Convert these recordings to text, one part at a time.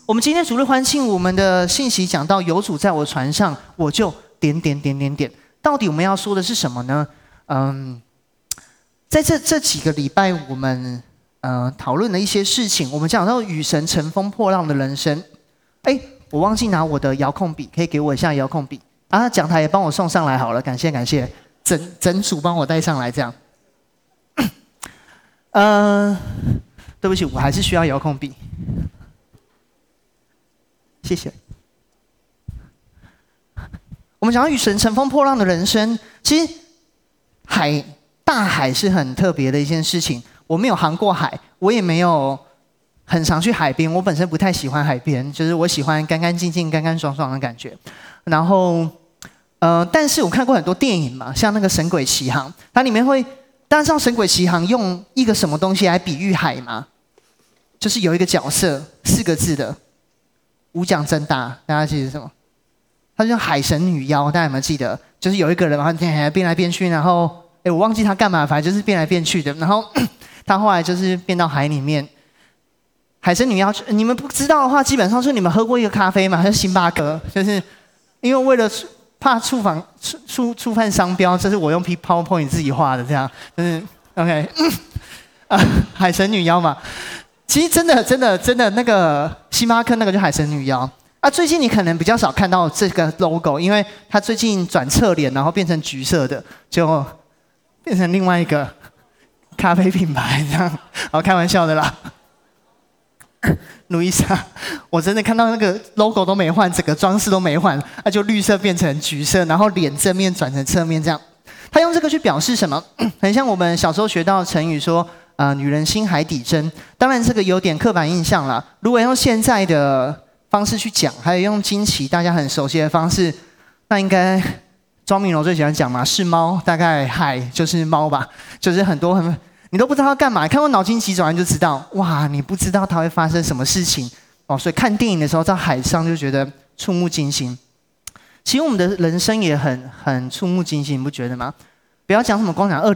我们今天主日欢庆，我们的信息讲到有主在我船上，我就点。到底我们要说的是什么呢？在这几个礼拜，我们讨论了一些事情。我们讲到与神乘风破浪的人生。我忘记拿我的遥控笔，可以给我一下遥控笔啊？讲台也帮我送上来好了，感谢，整组帮我带上来这样。对不起，我还是需要遥控笔，谢谢。我们讲到与神乘风破浪的人生，其实大海是很特别的一件事情。我没有航过海，我也没有很常去海边。我本身不太喜欢海边，就是我喜欢干干净净、干干爽爽的感觉。然后，但是我看过很多电影嘛，像那个《神鬼奇航》，它里面会，大家知道《神鬼奇航》用一个什么东西来比喻海吗？就是有一个角色4个字的，五讲真大，大家记得什么？他叫海神女妖，大家有没有记得？就是有一个人，然后变来变去，然后我忘记他干嘛，反正就是变来变去的。然后他后来就是变到海里面。海神女妖，你们不知道的话，基本上是你们喝过一个咖啡嘛，是星巴克，就是因为为了怕触犯商标，这是我用 PowerPoint 自己画的，这样就是 OK 海神女妖嘛。其实真的那个星巴克那个就海神女妖。最近你可能比较少看到这个 logo， 因为它最近转侧脸，然后变成橘色的，就变成另外一个咖啡品牌这样。好，开玩笑的啦。路易莎，我真的看到那个 logo 都没换，整个装饰都没换，就绿色变成橘色，然后脸正面转成侧面这样。他用这个去表示什么？很像我们小时候学到的成语说，女人心海底针。当然这个有点刻板印象啦。如果用现在的方式去讲，还有用惊奇大家很熟悉的方式，那应该庄明柔最喜欢讲嘛，是猫，大概海就是猫吧，就是很多你都不知道他干嘛，看过脑筋急转弯就知道，哇，你不知道它会发生什么事情哦。所以看电影的时候在海上就觉得触目惊心。其实我们的人生也很触目惊心，你不觉得吗？不要讲什么光讲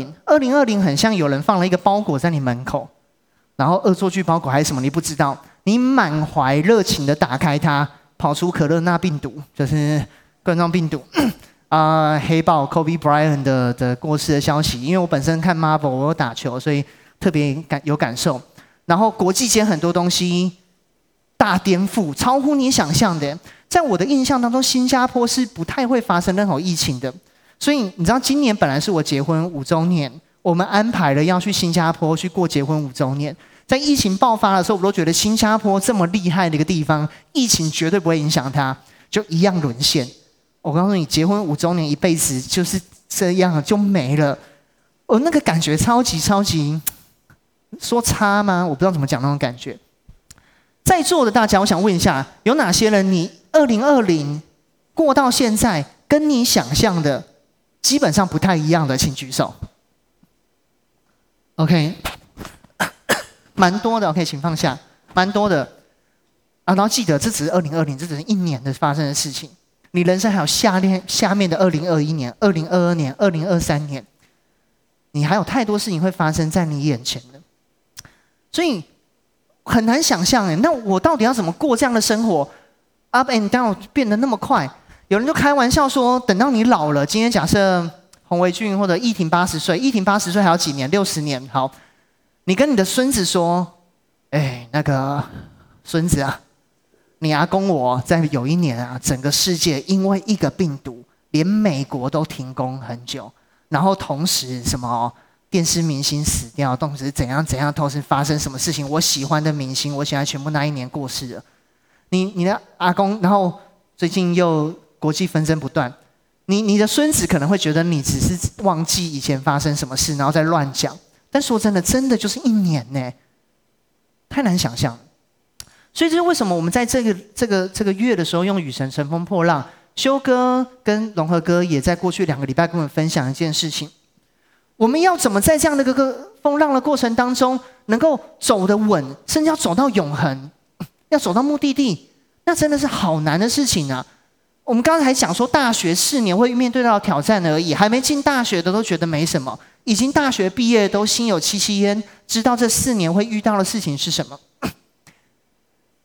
2020很像有人放了一个包裹在你门口，然后恶作剧包裹还是什么你不知道，你满怀热情的打开它，跑出可乐纳病毒，就是冠状病毒。黑豹 Kobe Bryant 的过世的消息，因为我本身看 Marvel， 我有打球，所以特别有感受。然后国际间很多东西大颠覆，超乎你想象的。在我的印象当中，新加坡是不太会发生任何疫情的。所以你知道，今年本来是我结婚5周年，我们安排了要去新加坡去过结婚5周年。在疫情爆发的时候，我都觉得新加坡这么厉害的一个地方，疫情绝对不会影响它，就一样沦陷。我告诉你，结婚5周年，一辈子就是这样就没了。那个感觉超级，说差吗？我不知道怎么讲那种感觉。在座的大家，我想问一下，有哪些人你2020过到现在，跟你想象的基本上不太一样的，请举手。OK， 蛮多的 ，OK， 请放下，蛮多的。然后记得，这只是2020，这只是1年的发生的事情。你人生还有下面的2021年、2022年、2023年，你还有太多事情会发生在你眼前的，所以很难想象那我到底要怎么过这样的生活 ？Up and down 变得那么快，有人就开玩笑说，等到你老了，今天假设洪维俊或者易婷80岁，易婷80岁还有几年？60年。好，你跟你的孙子说，那个孙子啊。你阿公我在有一年啊，整个世界因为一个病毒，连美国都停工很久，然后同时什么电视明星死掉，同时怎样，同时发生什么事情，我喜欢的明星，我现在全部那一年过世了。你的阿公，然后最近又国际纷争不断，你的孙子可能会觉得你只是忘记以前发生什么事，然后再乱讲。但说真的，真的就是1年呢，太难想象了。所以这是为什么我们在这个月的时候用与神乘风破浪。修哥跟融合哥也在过去2个礼拜跟我们分享一件事情：我们要怎么在这样的一个风浪的过程当中，能够走得稳，甚至要走到永恒，要走到目的地，那真的是好难的事情啊！我们刚才还讲说，大学4年会面对到挑战而已，还没进大学的都觉得没什么，已经大学毕业都心有戚戚焉，知道这4年会遇到的事情是什么。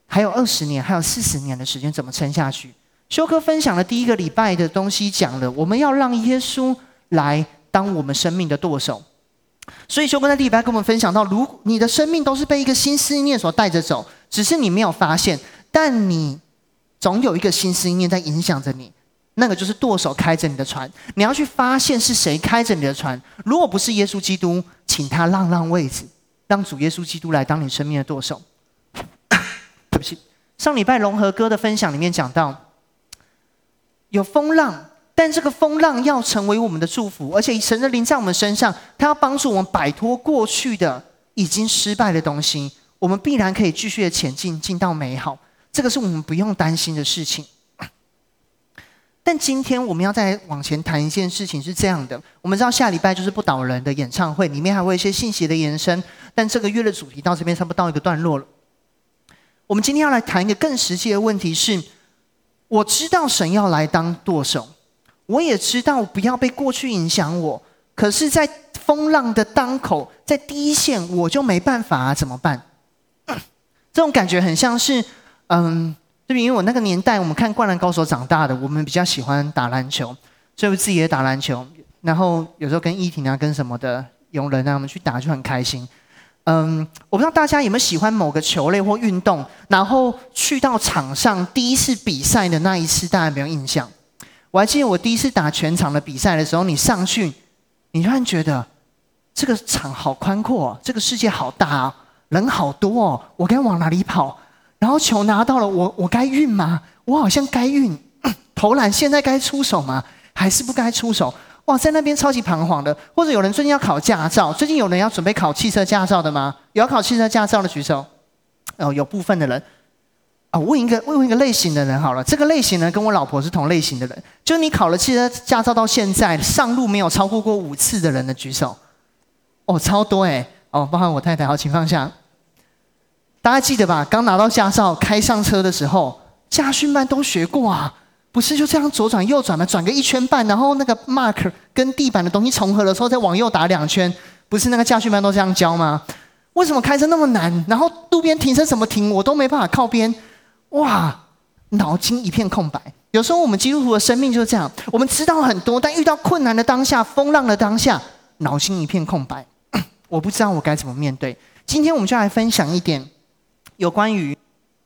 还有20年，还有40年的时间，怎么撑下去？修哥分享了第一个礼拜的东西，讲了我们要让耶稣来当我们生命的舵手。所以修哥在第一礼拜跟我们分享到，如果你的生命都是被一个新思念所带着走，只是你没有发现，但你总有一个新思念在影响着你，那个就是舵手开着你的船。你要去发现是谁开着你的船，如果不是耶稣基督，请他让位置，让主耶稣基督来当你生命的舵手。对不起，上礼拜融合歌的分享里面讲到，有风浪，但这个风浪要成为我们的祝福，而且神的灵在我们身上，他要帮助我们摆脱过去的已经失败的东西，我们必然可以继续的前进，进到美好。这个是我们不用担心的事情。但今天我们要再往前谈一件事情，是这样的：我们知道下礼拜就是不倒人的演唱会，里面还会有一些信息的延伸，但这个月的主题到这边差不多到一个段落了。我们今天要来谈一个更实际的问题是，我知道神要来当舵手，我也知道不要被过去影响我，可是在风浪的当口，在第一线我就没办法怎么办？这种感觉很像是对，因为我那个年代我们看《灌篮高手》长大的，我们比较喜欢打篮球，所以我自己也打篮球，然后有时候跟依婷啊跟什么的佣人啊我们去打就很开心。我不知道大家有没有喜欢某个球类或运动，然后去到场上第一次比赛的那一次，大家有没有印象？我还记得我第一次打全场的比赛的时候，你上去，你突然觉得这个场好宽阔，这个世界好大啊，人好多哦，我该往哪里跑？然后球拿到了，我该运吗？我好像该运。投篮现在该出手吗？还是不该出手？哇，在那边超级彷徨的。或者有人最近要考驾照，最近有人要准备考汽车驾照的吗？有要考汽车驾照的举手。有部分的人。问一个类型的人好了，这个类型呢跟我老婆是同类型的人，就是你考了汽车驾照到现在上路没有超过5次的人的举手。超多包含我太太。好，请放下。大家记得吧？刚拿到驾照开上车的时候，驾训班都学过啊。不是就这样左转右转吗？转个1圈半，然后那个 mark 跟地板的东西重合的时候，再往右打2圈，不是那个驾训班都这样教吗？为什么开车那么难？然后路边停车怎么停，我都没办法靠边。哇，脑筋一片空白。有时候我们基督徒的生命就是这样，我们知道很多，但遇到困难的当下、风浪的当下，脑筋一片空白，我不知道我该怎么面对。今天我们就来分享一点有关于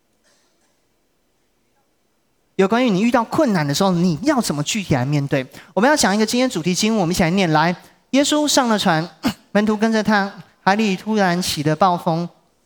你遇到困难的时候，你要怎么具体来面对。我们要讲一个今天主题经文，我们一起来念。来，耶稣上了船，门徒跟着他，海里突然起了暴风，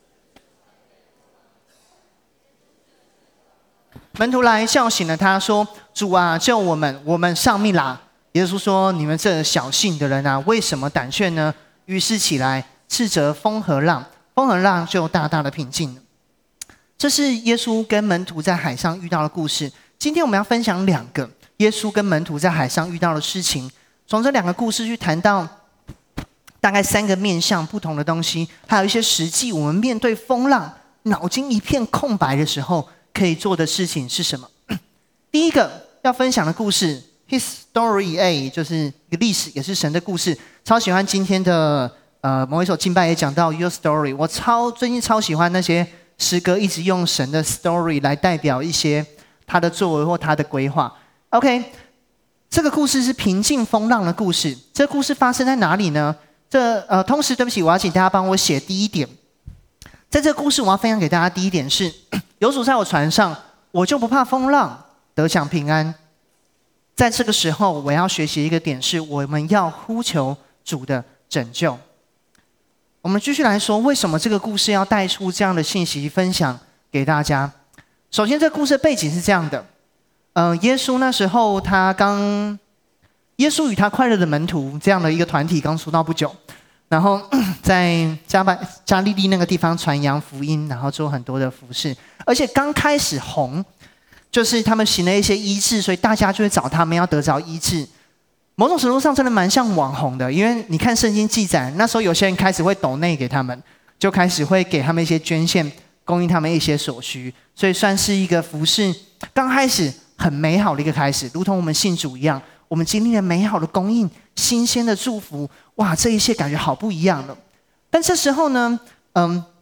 门徒来叫醒了他，说：主啊，救我们，我们丧命啦。耶稣说：你们这小信的人啊，为什么胆怯呢？于是起来斥责风和浪，风和浪就大大的平静了。这是耶稣跟门徒在海上遇到的故事。今天我们要分享2个耶稣跟门徒在海上遇到的事情，从这2个故事去谈到大概3个面向不同的东西，还有一些实际我们面对风浪脑筋一片空白的时候可以做的事情是什么。第一个要分享的故事 His Story A， 就是一个历史，也是神的故事。超喜欢今天的某一首敬拜也讲到 Your Story， 我最近超喜欢那些诗歌一直用神的 story 来代表一些他的作为或他的规划。 OK， 这个故事是平静风浪的故事。这个故事发生在哪里呢？同时对不起，我要请大家帮我写第一点。在这个故事我要分享给大家第一点是，有主在我船上，我就不怕风浪，得享平安。在这个时候我要学习一个点是，我们要呼求主的拯救。我们继续来说，为什么这个故事要带出这样的信息分享给大家。首先这个故事的背景是这样的，耶稣那时候耶稣与他快乐的门徒这样的一个团体刚出道不久，然后在加利利那个地方传扬福音，然后做很多的服事，而且刚开始红，就是他们行了一些医治，所以大家就会找他们要得着医治。某种程度上真的蛮像网红的，因为你看圣经记载，那时候有些人开始会抖内给他们，就开始会给他们一些捐献，供应他们一些所需，所以算是一个服事刚开始很美好的一个开始，如同我们信主一样，我们经历了美好的供应，新鲜的祝福，哇，这一切感觉好不一样了。但这时候呢，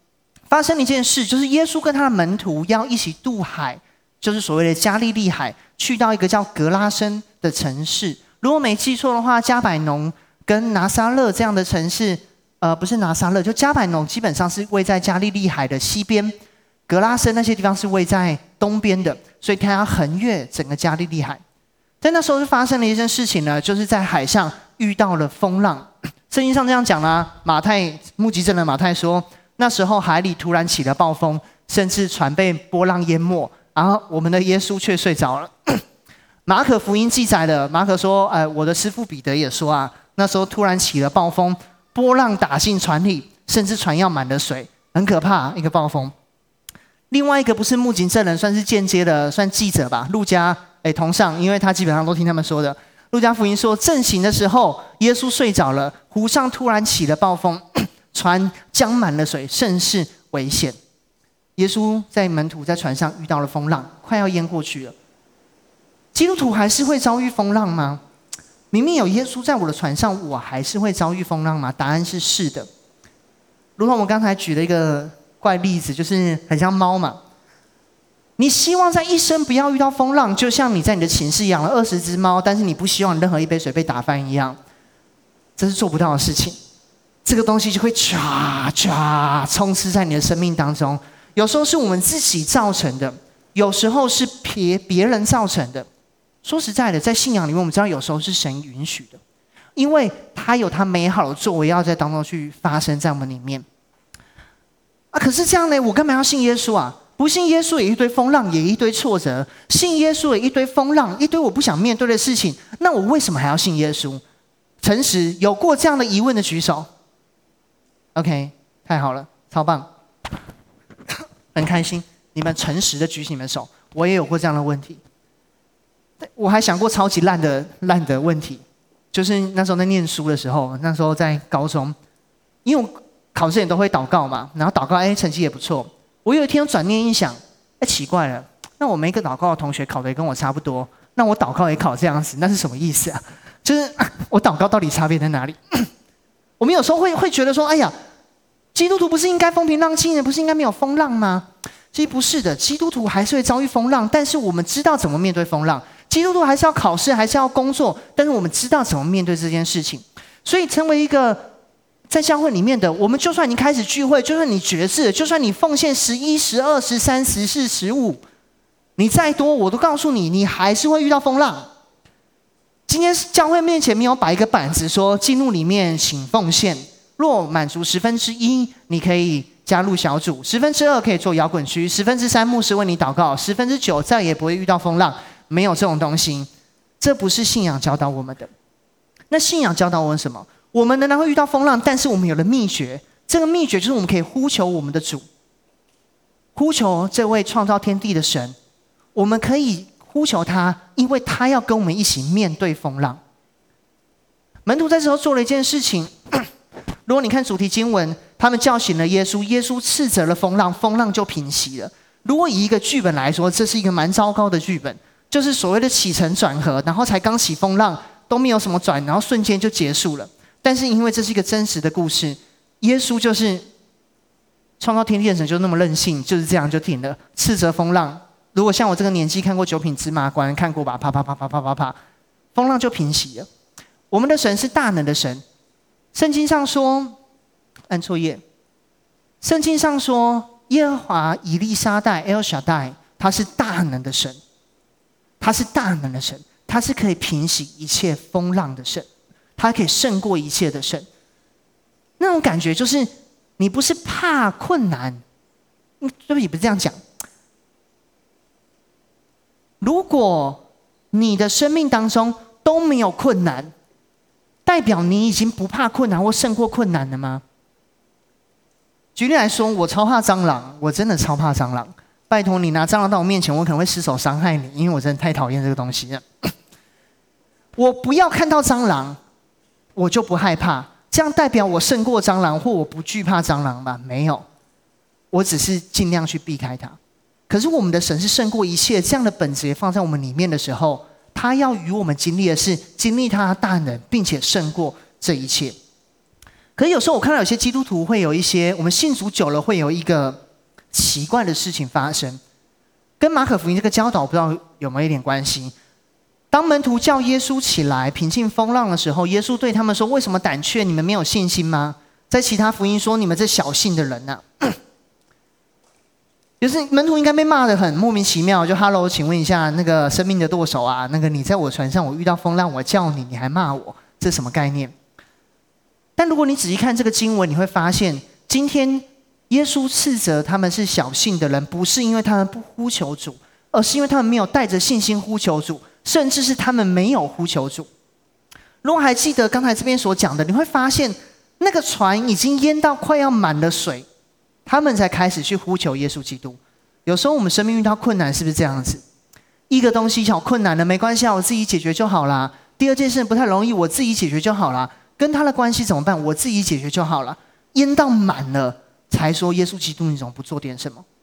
发生了一件事，就是耶稣跟他的门徒要一起渡海，就是所谓的加利利海，去到一个叫格拉森的城市。如果没记错的话，加百农跟拿撒勒这样的城市，不是拿撒勒，就加百农基本上是位在加利利海的西边，格拉森那些地方是位在东边的，所以他要横越整个加利利海。但那时候就发生了一件事情呢，就是在海上遇到了风浪。圣经上这样讲啦，目击证人马太说，那时候海里突然起了暴风，甚至船被波浪淹没，然后我们的耶稣却睡着了。马可福音记载了，马可说，我的师父彼得也说啊，那时候突然起了暴风，波浪打进船里，甚至船要满了水，很可怕一个暴风。另外一个不是目击证人，算是间接的，算记者吧，路加同上，因为他基本上都听他们说的。路加福音说，正行的时候，耶稣睡着了，湖上突然起了暴风，船浆满了水，甚是危险。耶稣在门徒在船上遇到了风浪，快要淹过去了。基督徒还是会遭遇风浪吗？明明有耶稣在我的船上，我还是会遭遇风浪吗？答案是是的。如同我刚才举了一个怪例子，就是很像猫嘛。你希望在一生不要遇到风浪，就像你在你的寝室养了20只猫，但是你不希望任何一杯水被打翻一样，这是做不到的事情。这个东西就会唰唰充斥在你的生命当中。有时候是我们自己造成的，有时候是别人造成的。说实在的，在信仰里面，我们知道有时候是神允许的，因为他有他美好的作为要在当中去发生在我们里面。可是这样呢，我干嘛要信耶稣啊？不信耶稣也一堆风浪，也一堆挫折；信耶稣也一堆风浪，一堆我不想面对的事情。那我为什么还要信耶稣？诚实，有过这样的疑问的举手。OK， 太好了，超棒，很开心，你们诚实的举起你们手。我也有过这样的问题，我还想过超级烂的问题，就是那时候在念书的时候，那时候在高中，因为我考试也都会祷告嘛，然后祷告，成绩也不错。我有一天转念一想，奇怪了，那我每一个祷告的同学考的也跟我差不多，那我祷告也考这样子，那是什么意思啊？就是我祷告到底差别在哪里？我们有时候会觉得说，基督徒不是应该风平浪静的，不是应该没有风浪吗？其实不是的，基督徒还是会遭遇风浪，但是我们知道怎么面对风浪。基督徒还是要考试，还是要工作，但是我们知道怎么面对这件事情。所以成为一个在教会里面的，我们就算你开始聚会，就算你决志，就算你奉献11、12、13、14、15，你再多，我都告诉你，你还是会遇到风浪。今天教会面前没有摆一个板子说进入里面请奉献，若满足1/10，你可以加入小组；2/10可以做摇滚区；3/10牧师为你祷告；9%再也不会遇到风浪。没有这种东西，这不是信仰教导我们的。那信仰教导我们什么？我们仍然会遇到风浪，但是我们有了秘诀。这个秘诀就是我们可以呼求我们的主，呼求这位创造天地的神。我们可以呼求他，因为他要跟我们一起面对风浪。门徒在这时候做了一件事情，如果你看主题经文，他们叫醒了耶稣，耶稣斥责了风浪，风浪就平息了。如果以一个剧本来说，这是一个蛮糟糕的剧本，就是所谓的起承转合，然后才刚起风浪都没有什么转，然后瞬间就结束了。但是因为这是一个真实的故事，耶稣就是创造天地的神，就那么任性，就是这样就停了，斥责风浪。如果像我这个年纪看过九品芝麻官，看过吧，啪啪啪啪啪啪啪，风浪就平息了。我们的神是大能的神，圣经上说，按错页，圣经上说耶和华以利沙代 El Shaddai， 他是大能的神，他是大能的神，他是可以平息一切风浪的神，他可以胜过一切的神。那种感觉就是你不是怕困难，对不起，不是这样讲。如果你的生命当中都没有困难，代表你已经不怕困难或胜过困难了吗？举例来说，我超怕蟑螂，我真的超怕蟑螂。拜托你拿蟑螂到我面前，我可能会失手伤害你，因为我真的太讨厌这个东西了。我不要看到蟑螂，我就不害怕，这样代表我胜过蟑螂，或我不惧怕蟑螂吧？没有，我只是尽量去避开它。可是我们的神是胜过一切，这样的本质也放在我们里面的时候，他要与我们经历的是经历他的大能，并且胜过这一切。可是有时候我看到有些基督徒会有一些，我们信主久了会有一个奇怪的事情发生，跟马可福音这个教导不知道有没有一点关系。当门徒叫耶稣起来平静风浪的时候，耶稣对他们说：“为什么胆怯？你们没有信心吗？”在其他福音说：“你们这小信的人啊。”就是门徒应该被骂得很莫名其妙，就 “Hello， 请问一下，那个生命的舵手啊，那个你在我船上，我遇到风浪，我叫你，你还骂我，这什么概念？”但如果你仔细看这个经文，你会发现，今天耶稣斥责他们是小信的人，不是因为他们不呼求主，而是因为他们没有带着信心呼求主，甚至是他们没有呼求主。如果还记得刚才这边所讲的，你会发现那个船已经淹到快要满了水，他们才开始去呼求耶稣基督。有时候我们生命遇到困难，是不是这样子？一个东西好困难了，没关系啊，我自己解决就好啦。第二件事不太容易，我自己解决就好啦。跟他的关系怎么办？我自己解决就好了。淹到满了，才说耶稣基督，你怎么不做点什么？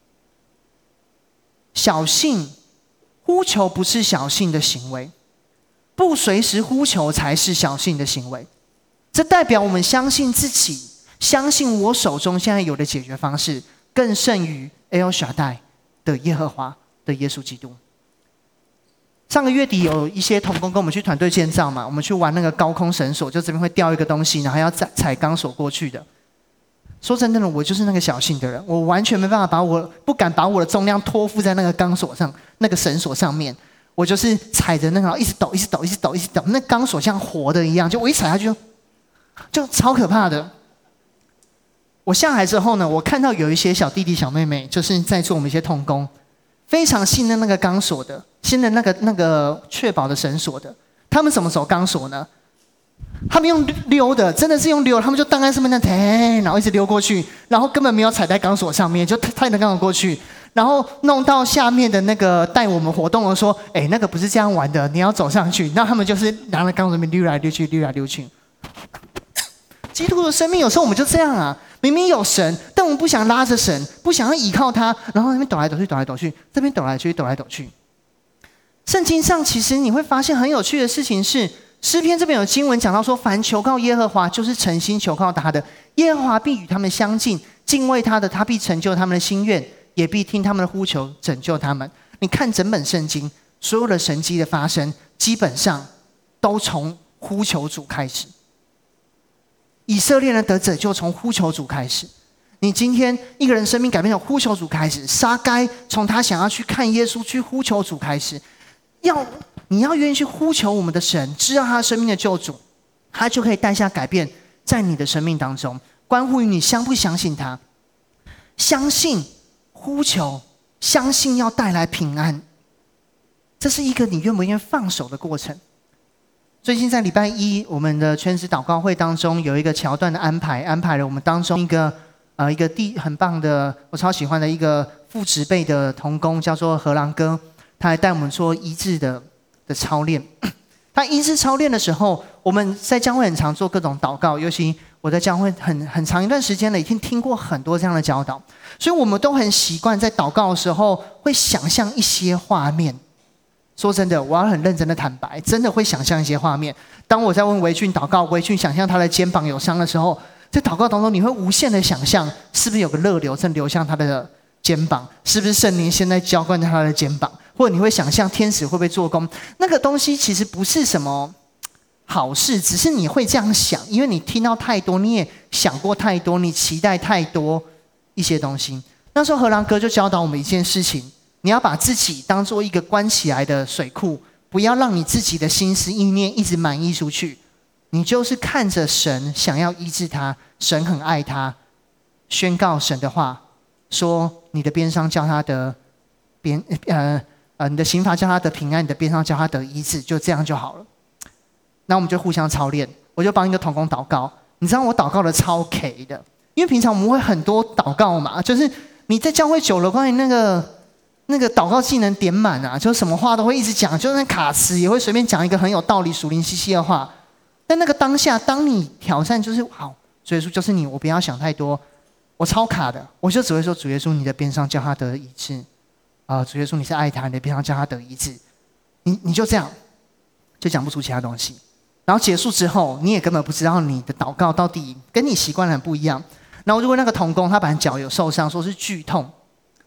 小信呼求不是小信的行为，不随时呼求才是小信的行为。这代表我们相信自己，相信我手中现在有的解决方式，更胜于 El Shaddai 的耶和华的耶稣基督。上个月底有一些同工跟我们去团队建造嘛，我们去玩那个高空绳索，就这边会掉一个东西，然后要踩钢索过去的。说真的，我就是那个小信的人，我完全没办法不敢把我的重量托付在那个钢索上，那个绳索上面。我就是踩着那个一直抖，一直抖，一直抖，一直抖，那钢索像活的一样，就我一踩下去就超可怕的。我下来之后呢，我看到有一些小弟弟小妹妹，就是在做我们一些同工，非常信任那个钢索的，信任那个确保的绳索的。他们怎么走钢索呢？他们用溜的，真的是用溜，他们就荡在上面那然后一直溜过去，然后根本没有踩在钢索上面，就踏着钢索过去，然后弄到下面的那个带我们活动的说：“那个不是这样玩的，你要走上去。”那他们就是拿着钢索面溜来溜去，溜来溜去。基督的生命有时候我们就这样啊，明明有神，但我们不想拉着神，不想要依靠他，然后那边抖来抖去，抖来抖去，这边抖来抖去，抖来抖去。圣经上其实你会发现很有趣的事情是，诗篇这边有经文讲到说，凡求告耶和华，就是诚心求告他的，耶和华必与他们相近，敬畏他的，他必成就他们的心愿，也必听他们的呼求，拯救他们。你看整本圣经，所有的神迹的发生，基本上都从呼求主开始。以色列人得拯救从呼求主开始。你今天一个人生命改变从呼求主开始，撒该从他想要去看耶稣去呼求主开始。你要愿意去呼求我们的神，知道他生命的救主，他就可以带下改变在你的生命当中，关乎于你相不相信他。相信呼求，相信要带来平安，这是一个你愿不愿意放手的过程。最近在礼拜一我们的全职祷告会当中有一个桥段的安排了我们当中一个很棒的，我超喜欢的一个副职辈的同工，叫做荷兰哥，他还带我们做医治的操练。他医治操练的时候，我们在教会很常做各种祷告，尤其我在教会很长一段时间了，已经听过很多这样的教导，所以我们都很习惯在祷告的时候会想象一些画面。说真的，我要很认真的坦白，真的会想象一些画面。当我在问维俊祷告，维俊想象他的肩膀有伤的时候，在祷告当中你会无限的想象，是不是有个热流正流向他的肩膀，是不是圣灵现在浇灌在他的肩膀，或者你会想象天使会不会做工。那个东西其实不是什么好事，只是你会这样想，因为你听到太多，你也想过太多，你期待太多一些东西。那时候荷兰哥就教导我们一件事情，你要把自己当作一个关起来的水库，不要让你自己的心思意念一直满溢出去。你就是看着神，想要医治他，神很爱他，宣告神的话，说你的鞭伤叫他得你的刑罚叫他得平安，你的鞭伤叫他得医治，就这样就好了。那我们就互相操练，我就帮一个同工祷告。你知道我祷告的超 K 的，因为平常我们会很多祷告嘛，就是你在教会久了，关于那个祷告技能点满啊，就什么话都会一直讲，就算卡词也会随便讲一个很有道理属灵兮兮的话。但那个当下，当你挑战就是好，主耶稣就是你，我不要想太多，我超卡的，我就只会说主耶稣，你的鞭伤叫他得医治，主耶稣你是爱他，你的鞭伤叫他得医治，你就这样，就讲不出其他东西。然后结束之后，你也根本不知道你的祷告到底跟你习惯的很不一样。然后如果那个同工他本来脚有受伤，说是剧痛，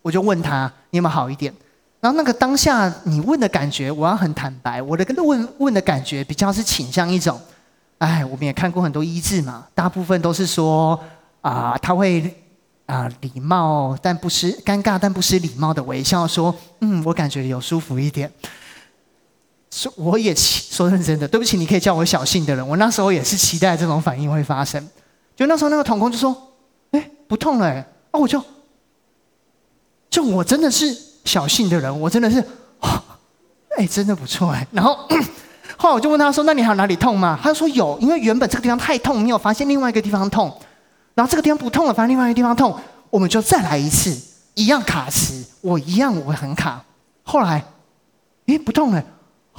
我就问他你有没有好一点。然后那个当下你问的感觉，我要很坦白，我的问的感觉比较是倾向一种，我们也看过很多医治嘛，大部分都是说他会礼貌但不失尴尬但不失礼貌的微笑说，我感觉有舒服一点。我也说认真的，对不起，你可以叫我小信的人，我那时候也是期待这种反应会发生。就那时候那个同工就说，不痛了我就我真的是小信的人，我真的是真的不错然后后来我就问他说，那你还有哪里痛吗？他就说有，因为原本这个地方太痛，你有发现另外一个地方痛，然后这个地方不痛了，发现另外一个地方痛，我们就再来一次，一样卡词，我很卡。后来不痛了，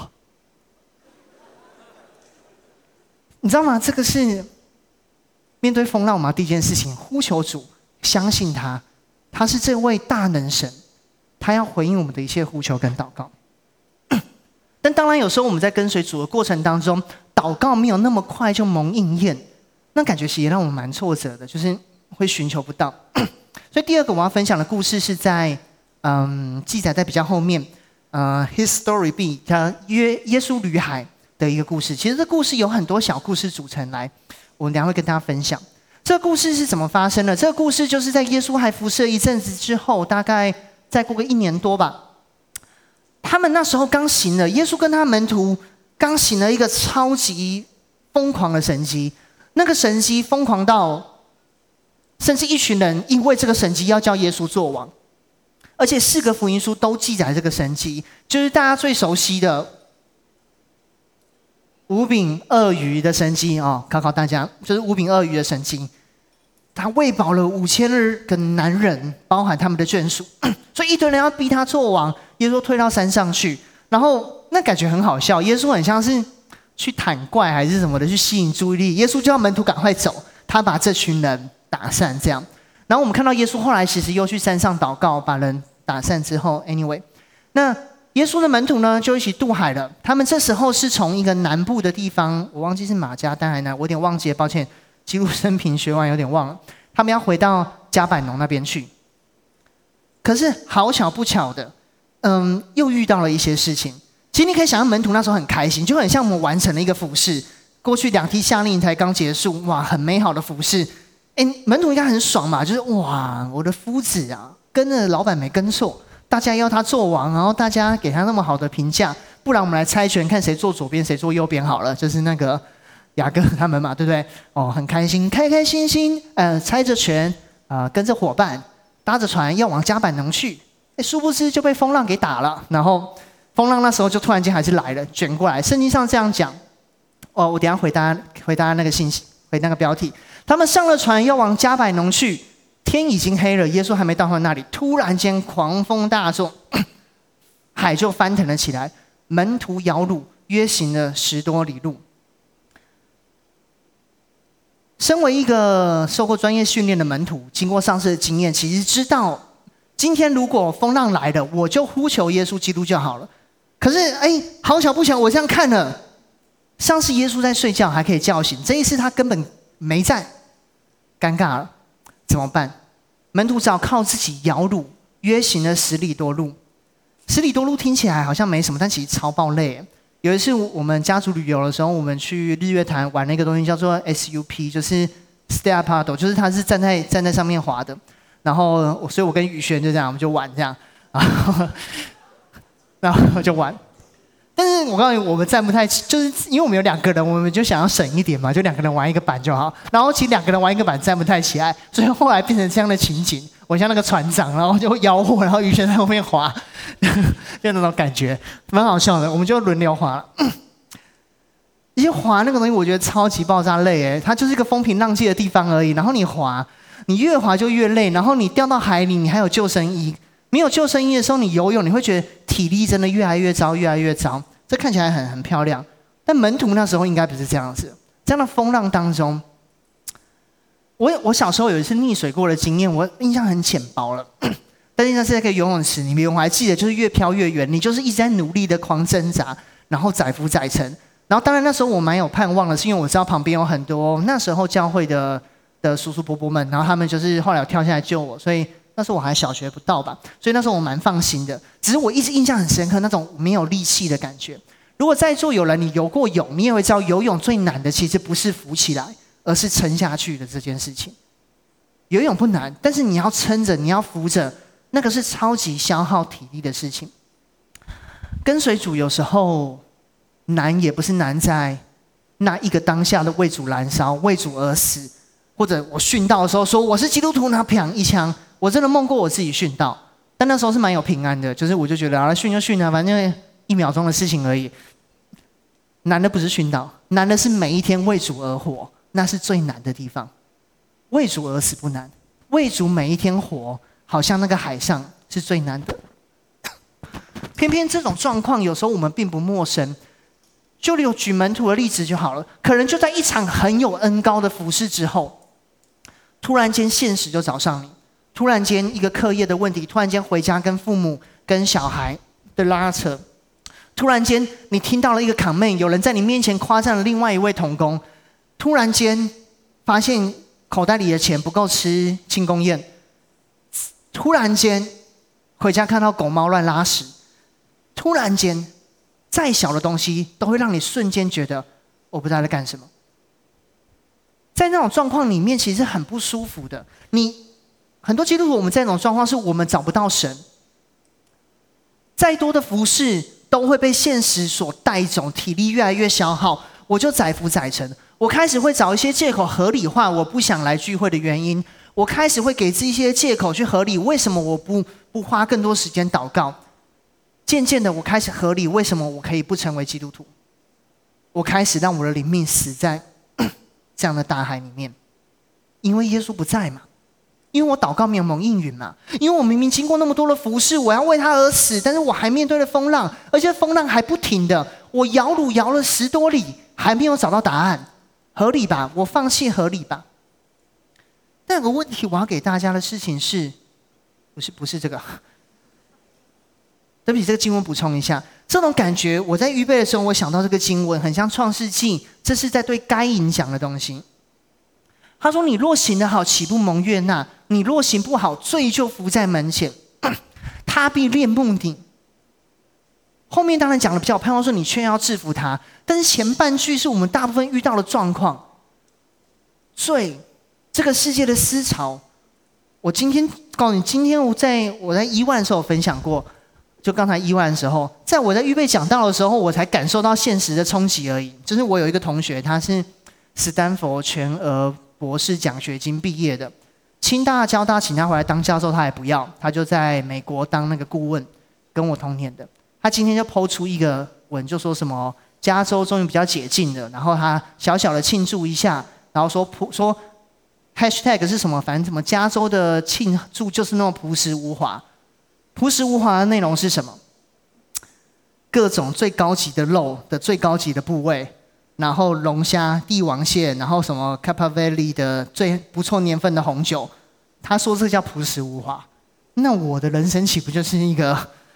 你知道吗？这个是面对风浪嘛，第一件事情呼求主，相信他，他是这位大能神，他要回应我们的一切呼求跟祷告。但当然有时候我们在跟随主的过程当中，祷告没有那么快就蒙应验，那感觉其实也让我们蛮挫折的，就是会寻求不到。所以第二个我要分享的故事是在记载在比较后面His Story B 叫耶稣旅海的一个故事。其实这故事有很多小故事组成来，我等一下会跟大家分享。这个故事是怎么发生的？这个故事就是在耶稣还服侍一阵子之后，大概再过个1年多吧，他们那时候刚行了，耶稣跟他门徒刚行了一个超级疯狂的神迹。那个神迹疯狂到，甚至一群人因为这个神迹要叫耶稣做王，而且4个福音书都记载这个神迹，就是大家最熟悉的5饼2鱼的神迹考考大家，就是5饼2鱼的神迹。他喂饱了5000个男人，包含他们的眷属，所以一堆人要逼他做王。耶稣退到山上去，然后那感觉很好笑。耶稣很像是去坦怪还是什么的，去吸引注意力。耶稣就要门徒赶快走，他把这群人打散这样。然后我们看到耶稣后来其实又去山上祷告，把人打散之后 ，anyway， 那耶稣的门徒呢就一起渡海了。他们这时候是从一个南部的地方，我忘记是马加丹还是哪，我有点忘记了，抱歉。记录生平学完有点忘了，他们要回到加百农那边去。可是好巧不巧的，又遇到了一些事情。其实你可以想象门徒那时候很开心，就很像我们完成了一个服事，过去2梯夏令营才刚结束，哇，很美好的服事。门徒应该很爽嘛，就是哇，我的夫子啊，跟着老板没跟错，大家要他做王，然后大家给他那么好的评价，不然我们来猜拳，看谁坐左边谁坐右边好了，就是那个雅各他们嘛，对不对？很开心，开开心心，猜着拳，跟着伙伴搭着船要往加百农去，殊不知就被风浪给打了。然后风浪那时候就突然间还是来了，卷过来。圣经上这样讲，我等一下回答那个信息，回那个标题。他们上了船要往加百农去，天已经黑了，耶稣还没到他那里，突然间狂风大作，海就翻腾了起来，门徒摇橹，约行了10多里路。身为一个受过专业训练的门徒，经过上次的经验，其实知道今天如果风浪来了，我就呼求耶稣基督就好了。可是好巧不巧，我这样看了，上次耶稣在睡觉还可以叫醒，这一次他根本没在，尴尬了，怎么办？门徒只好靠自己摇橹，约行了10里多路。10里多路听起来好像没什么，但其实超爆累。有一次我们家族旅游的时候，我们去日月潭玩了一个东西叫做 SUP， 就是 Stay Paddle， 就是它是站在上面滑的。然后所以我跟宇轩就这样，我们就玩这样，然后就玩。但是我告诉你，我们站不太起，就是因为我们有2个人，我们就想要省一点嘛，就2个人玩一个板就好。然后其实2个人玩一个板站不太起来，所以后来变成这样的情景。我像那个船长，然后就吆喝，然后宇轩在后面滑，就那种感觉，蛮好笑的。我们就轮流滑了。一些滑那个东西，我觉得超级爆炸累它就是一个风平浪静的地方而已。然后你滑，你越滑就越累，然后你掉到海里，你还有救生衣。没有救生衣的时候，你游泳，你会觉得体力真的越来越糟，越来越糟。这看起来很漂亮，但门徒那时候应该不是这样子。这样的风浪当中，我小时候有一次溺水过的经验，我印象很浅薄了。但是那是在一个游泳池里面，我还记得，就是越飘越远，你就是一直在努力的狂挣扎，然后载浮载沉。然后当然那时候我蛮有盼望的，是因为我知道旁边有很多那时候教会的叔叔伯伯们，然后他们就是后来有跳下来救我，所以那时候我还小学不到吧，所以那时候我蛮放心的。只是我一直印象很深刻，那种没有力气的感觉。如果在座有人你游过泳，你也会知道游泳最难的其实不是浮起来，而是撑下去的这件事情。游泳不难，但是你要撑着，你要扶着，那个是超级消耗体力的事情。跟随主有时候难也不是难在那一个当下的为主燃烧，为主而死，或者我殉道的时候说我是基督徒，然后砰一枪。我真的梦过我自己殉道，但那时候是蛮有平安的，就是我就觉得殉就殉啊，反正1秒钟的事情而已。难的不是殉道，难的是每一天为主而活，那是最难的地方。为主而死不难，为主每一天活，好像那个海上是最难的。偏偏这种状况有时候我们并不陌生，就例如举门徒的例子就好了，可能就在一场很有恩膏的服事之后，突然间现实就找上你，突然间一个课业的问题，突然间回家跟父母跟小孩的拉扯，突然间你听到了一个 comment， 有人在你面前夸赞了另外一位同工，突然间发现口袋里的钱不够吃庆功宴，突然间回家看到狗猫乱拉屎，突然间再小的东西都会让你瞬间觉得我不知道在干什么。在那种状况里面其实很不舒服的。很多基督徒我们在那种状况是我们找不到神，再多的服事都会被现实所带走，体力越来越消耗，我就载浮载沉。我开始会找一些借口合理化我不想来聚会的原因，我开始会给自己一些借口去合理为什么我不花更多时间祷告。渐渐的我开始合理为什么我可以不成为基督徒，我开始让我的灵命死在这样的大海里面。因为耶稣不在嘛，因为我祷告没有蒙应允嘛，因为我明明经过那么多的服事，我要为他而死，但是我还面对了风浪，而且风浪还不停的，我摇橹摇了10多里还没有找到答案。合理吧？我放弃合理吧？但有个问题我要给大家的事情是，不是这个，对不起，这个经文补充一下。这种感觉我在预备的时候我想到这个经文很像创世纪，这是在对该隐讲的东西。他说你若行得好，岂不蒙悦纳？你若行不好，罪就伏在门前，他必恋慕你。后面当然讲的比较盼望说你却要制服他，但是前半句是我们大部分遇到的状况。罪，这个世界的思潮，我今天告诉你，今天我在1万的时候有分享过，就刚才1万的时候，在我在预备讲道的时候，我才感受到现实的冲击而已。就是我有一个同学，他是斯坦福全额博士奖学金毕业的，清大交大请他回来当教授，他也不要，他就在美国当那个顾问，跟我同年的。他今天就 po 出一个文，就说什么加州终于比较解禁了，然后他小小的庆祝一下，然后说 hashtag 是什么，反正什么加州的庆祝就是那么朴实无华。朴实无华的内容是什么？各种最高级的肉的最高级的部位，然后龙虾、帝王蟹，然后什么 Capa Valley 的最不错年份的红酒。他说这叫朴实无华，那我的人生岂不就是一个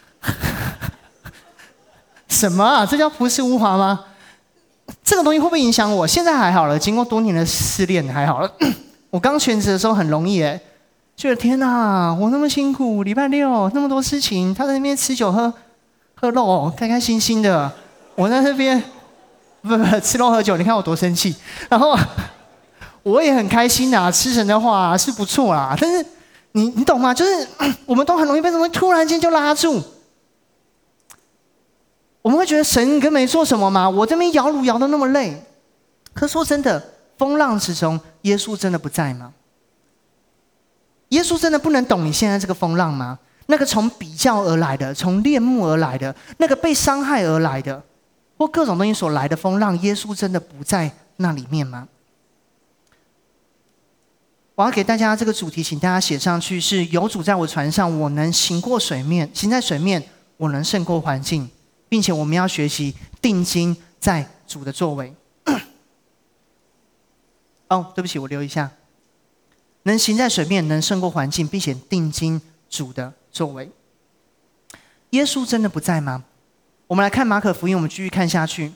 什么啊？这叫朴实无华吗？这个东西会不会影响我？现在还好了，经过多年的试炼还好了。我刚全职的时候很容易觉得天哪，我那么辛苦，礼拜六那么多事情，他在那边吃酒喝肉，开开心心的，我在那边不吃肉喝酒，你看我多生气。然后我也很开心啊，吃神的话是不错啦，但是你懂吗？就是我们都很容易被什么突然间就拉住。我们会觉得神跟没做什么吗？我这边摇橹摇得那么累，可说真的，风浪之中，耶稣真的不在吗？耶稣真的不能懂你现在这个风浪吗？那个从比较而来的，从恋慕而来的，那个被伤害而来的，或各种东西所来的风浪，耶稣真的不在那里面吗？我要给大家这个主题，请大家写上去：是有主在我船上，我能行在水面，我能胜过环境。并且我们要学习定睛在主的作为。哦，对不起，我留一下。能行在水面，能胜过环境，并且定睛主的作为。耶稣真的不在吗？我们来看马可福音，我们继续看下去。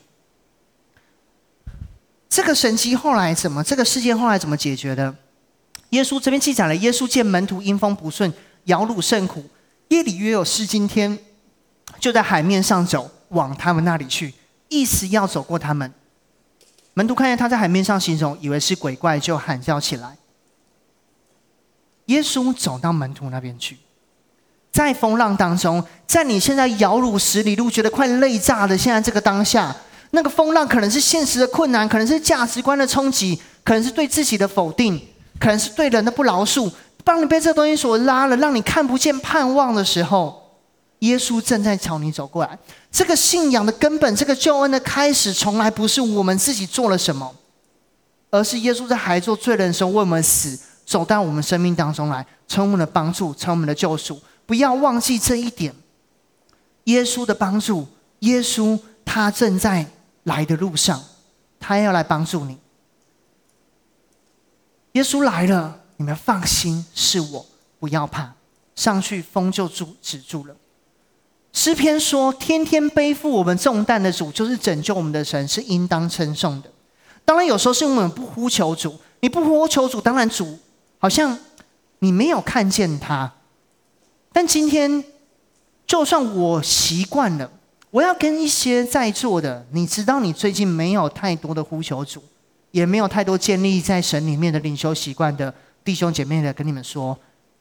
这个神迹后来这个事件后来怎么解决的？耶稣这边记载了，耶稣见门徒因风不顺， 摇橹甚苦。夜里约有四更天，就在海面上走，往他们那里去，意思要走过他们。门徒看见他在海面上行走，以为是鬼怪，就喊叫起来。耶稣走到门徒那边去，在风浪当中，在你现在摇橹10里路，觉得快累炸了，现在这个当下，那个风浪可能是现实的困难，可能是价值观的冲击，可能是对自己的否定，可能是对人的不饶恕，当你被这东西所拉了，让你看不见盼望的时候，耶稣正在朝你走过来。这个信仰的根本，这个救恩的开始，从来不是我们自己做了什么，而是耶稣在还做罪人的时候为我们死，走到我们生命当中来，成为我们的帮助，成为我们的救赎。不要忘记这一点，耶稣的帮助，耶稣他正在来的路上，他要来帮助你。耶稣来了，你们放心，是我，不要怕。上去风就止住了。诗篇说，天天背负我们重担的主，就是拯救我们的神，是应当称颂的。当然有时候是我们不呼求主，你不呼求主，当然主好像你没有看见他。但今天就算我习惯了，我要跟一些在座的，你知道你最近没有太多的呼求主，也没有太多建立在神里面的灵修习惯的弟兄姐妹的，跟你们说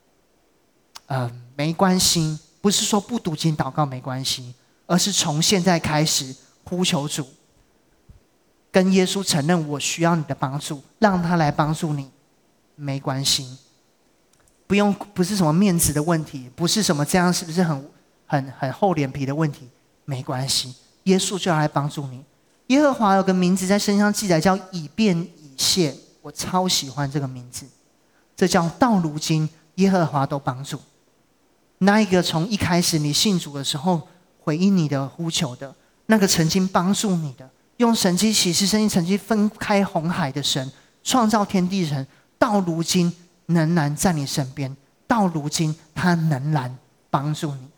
没关系，不是说不读经祷告没关系，而是从现在开始呼求主，跟耶稣承认我需要你的帮助，让他来帮助你，没关系。不是什么面子的问题，不是什么这样是不是很厚脸皮的问题，没关系，耶稣就要来帮助你。耶和华有个名字在圣经上记载叫以便以谢，我超喜欢这个名字，这叫到如今耶和华都帮助。那一个从一开始你信主的时候回应你的呼求的，那个曾经帮助你的，用神迹奇事圣经曾经分开红海的神，创造天地人，到如今仍然在你身边，到如今他仍然帮助你。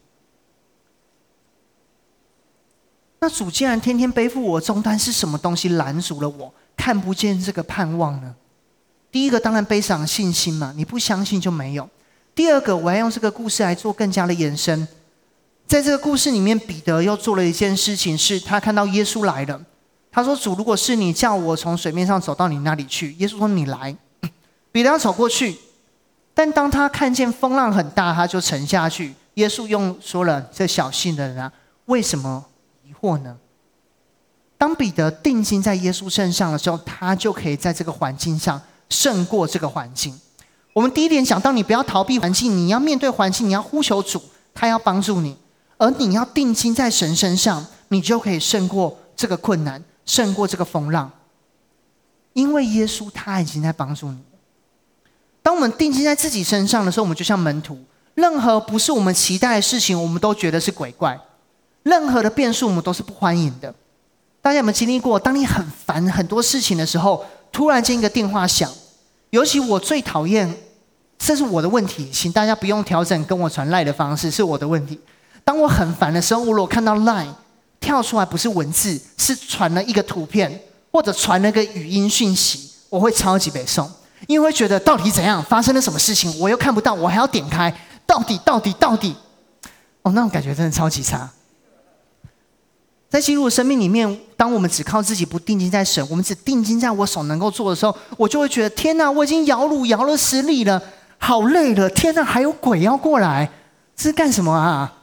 那主既然天天背负我重担，是什么东西拦阻了我看不见这个盼望呢？第一个当然背上信心嘛，你不相信就没有。第二个，我要用这个故事来做更加的延伸。在这个故事里面，彼得又做了一件事情，是他看到耶稣来了，他说，主，如果是你叫我从水面上走到你那里去，耶稣说你来。彼得要走过去，但当他看见风浪很大，他就沉下去。耶稣又说了，这小信的人啊，为什么疑惑呢？当彼得定睛在耶稣身上的时候，他就可以在这个环境上胜过这个环境。我们第一点讲到，你不要逃避环境，你要面对环境，你要呼求主，他要帮助你，而你要定睛在神身上，你就可以胜过这个困难，胜过这个风浪，因为耶稣他已经在帮助你。当我们定睛在自己身上的时候，我们就像门徒，任何不是我们期待的事情，我们都觉得是鬼怪，任何的变数我们都是不欢迎的。大家有没有经历过，当你很烦很多事情的时候，突然间一个电话响，尤其我最讨厌，这是我的问题，请大家不用调整跟我传 LINE 的方式，是我的问题。当我很烦的时候，我如果看到 LINE 跳出来不是文字，是传了一个图片，或者传了个语音讯息，我会超级北宋，因为会觉得到底怎样，发生了什么事情，我又看不到，我还要点开，到底，那种感觉真的超级差。在基督的生命里面，当我们只靠自己，不定睛在神，我们只定睛在我所能够做的时候，我就会觉得天哪，我已经摇橹摇了10里了，好累了，天哪，还有鬼要过来，这是干什么啊？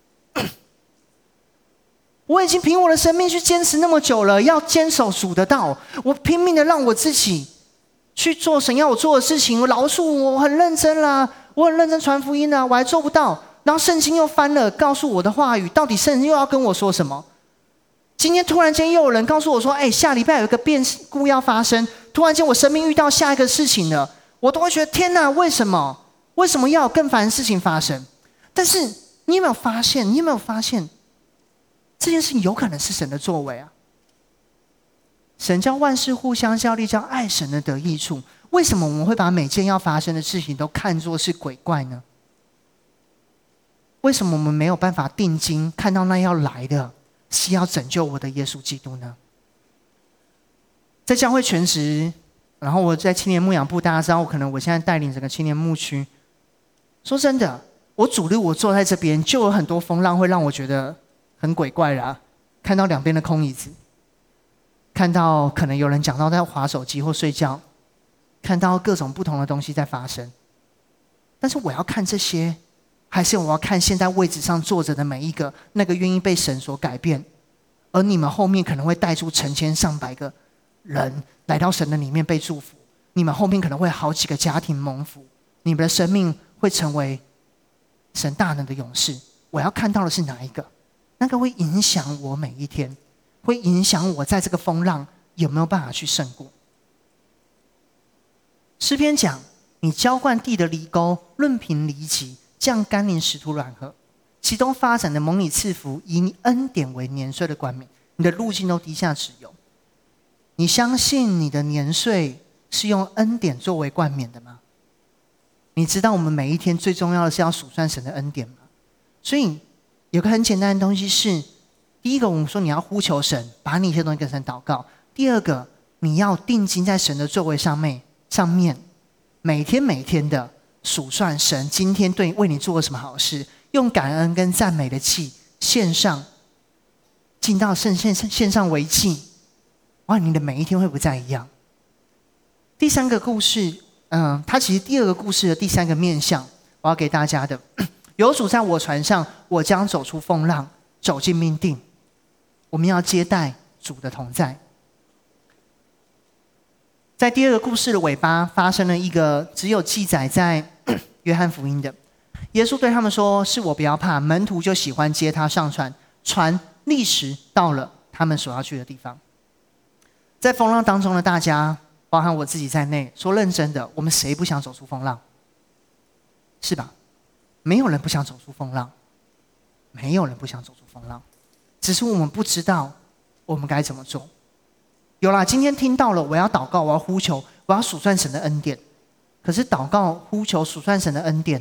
我已经凭我的生命去坚持那么久了，要坚守主的道，我拼命的让我自己去做神要我做的事情，我饶恕我很认真啦，我很认真传福音啦，我还做不到。然后圣经又翻了，告诉我的话语，到底圣经又要跟我说什么？今天突然间又有人告诉我说，下礼拜有一个变故要发生，突然间我生命遇到下一个事情了，我都会觉得天哪，为什么要有更烦的事情发生？但是你有没有发现这件事情有可能是神的作为啊？神叫万事互相效力，叫爱神的得益处。为什么我们会把每件要发生的事情都看作是鬼怪呢？为什么我们没有办法定睛看到那要来的是要拯救我的耶稣基督呢？在教会全职，然后我在青年牧养部，大家知道我现在带领整个青年牧区。说真的， 我主日我坐在这边，就有很多风浪会让我觉得很鬼怪啦。看到两边的空椅子，看到可能有人讲到在滑手机或睡觉，看到各种不同的东西在发生。但是我要看这些，还是我要看现在位置上坐着的每一个那个愿意被神所改变，而你们后面可能会带出成千上百个人来到神的里面被祝福，你们后面可能会好几个家庭蒙福，你们的生命会成为神大能的勇士。我要看到的是哪一个？那个会影响我每一天，会影响我在这个风浪有没有办法去胜过。诗篇讲，你浇灌地的犁沟，润平犁脊，降甘霖使土软和，其中发展的蒙你赐福，以你恩典为年岁的冠冕，你的路径都滴下脂油。你相信你的年岁是用恩典作为冠冕的吗？你知道我们每一天最重要的是要数算神的恩典吗？所以有个很简单的东西是，第一个我们说你要呼求神，把你一些东西跟神祷告。第二个，你要定睛在神的作为上面，每天的数算神今天为你做了什么好事，用感恩跟赞美的祭献上，进到献上为祭。哇，你的每一天会不再一样。第三个故事，它其实第二个故事的第三个面向，我要给大家的，有主在我船上，我将走出风浪，走进命定。我们要接待主的同在。在第二个故事的尾巴，发生了一个只有记载在约翰福音的。耶稣对他们说：“是我不要怕。”门徒就喜欢接他上船，船立时到了他们所要去的地方。在风浪当中的大家，包含我自己在内，说认真的，我们谁不想走出风浪？是吧？没有人不想走出风浪，没有人不想走出风浪，只是我们不知道我们该怎么做。有啦，今天听到了，我要祷告，我要呼求，我要数算神的恩典。可是祷告、呼求、数算神的恩典，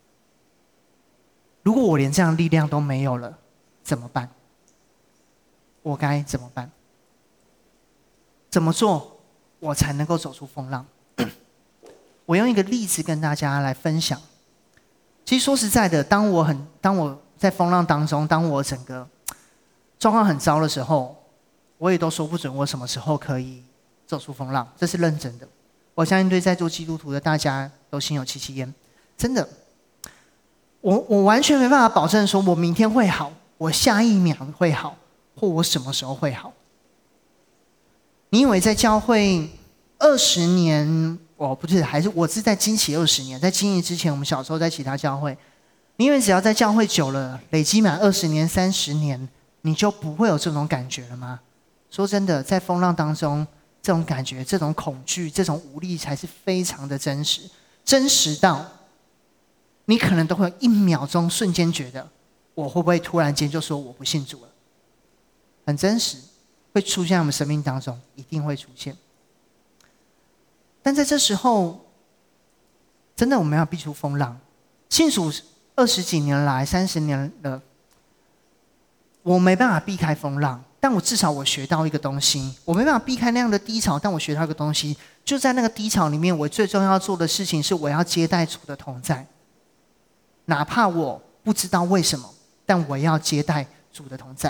如果我连这样的力量都没有了，怎么办？我该怎么办？怎么做我才能够走出风浪？我用一个例子跟大家来分享。其实说实在的，当我在风浪当中，当我整个状况很糟的时候，我也都说不准我什么时候可以走出风浪，这是认真的。我相信对在座基督徒的大家都心有戚戚焉，真的。我完全没办法保证说我明天会好，我下一秒会好，或我什么时候会好。你以为在教会20年，我是在惊奇20年，在惊奇之前，我们小时候在其他教会，你以为只要在教会久了，累积满20年、30年，你就不会有这种感觉了吗？说真的，在风浪当中，这种感觉、这种恐惧、这种无力，才是非常的真实，真实到你可能都会1秒钟瞬间觉得，我会不会突然间就说我不信主了？很真实，会出现在我们生命当中，一定会出现。但在这时候，真的我们要避出风浪。信主20几年来、30年了，我没办法避开风浪，但我至少我学到一个东西。我没办法避开那样的低潮，但我学到一个东西，就在那个低潮里面，我最重要做的事情是我要接待主的同在。哪怕我不知道为什么，但我要接待主的同在。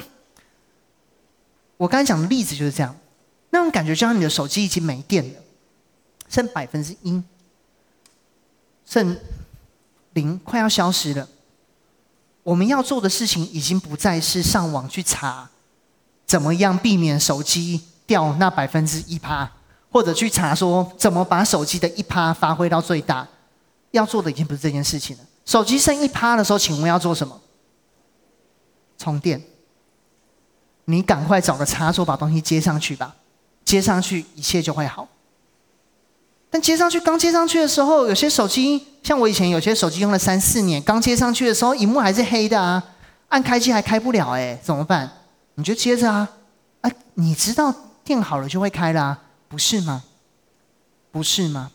我刚才讲的例子就是这样，那种感觉就像你的手机已经没电了，剩1%，剩0，快要消失了。我们要做的事情已经不再是上网去查怎么样避免手机掉那1%，或者去查说怎么把手机的1%发挥到最大。要做的已经不是这件事情了。手机剩1%的时候，请问要做什么？充电。你赶快找个插座把东西接上去吧，接上去一切就会好。但刚接上去的时候，有些手机像我以前有些手机用了3、4年，刚接上去的时候萤幕还是黑的啊，按开机还开不了，怎么办？你就接着啊，你知道电好了就会开了啊，不是吗？不是吗？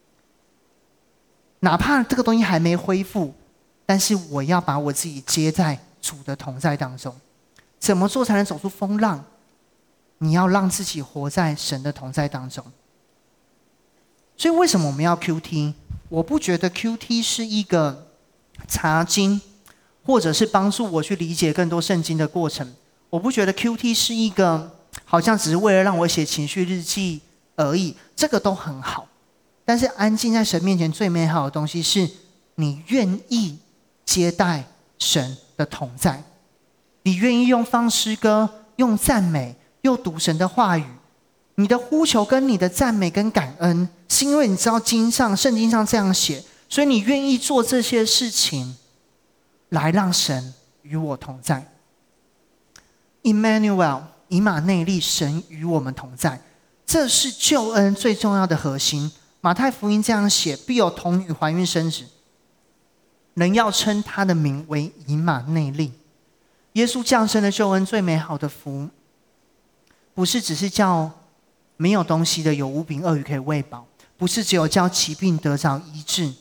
哪怕这个东西还没恢复，但是我要把我自己接在主的同在当中。怎么做才能走出风浪？你要让自己活在神的同在当中。所以为什么我们要 QT？ 我不觉得 QT 是一个查经，或者是帮助我去理解更多圣经的过程。我不觉得 QT 是一个好像只是为了让我写情绪日记而已，这个都很好。但是安静在神面前最美好的东西是你愿意接待神的同在，你愿意用放诗歌，用赞美，用读神的话语。你的呼求跟你的赞美跟感恩，是因为你知道圣经上这样写，所以你愿意做这些事情，来让神与我同在。Emmanuel， 以马内利，神与我们同在，这是救恩最重要的核心。马太福音这样写：必有童女怀孕生子，人要称他的名为以马内利。耶稣降生的救恩最美好的福，不是只是叫没有东西的有五饼二鱼可以喂饱，不是只有叫疾病得着医治，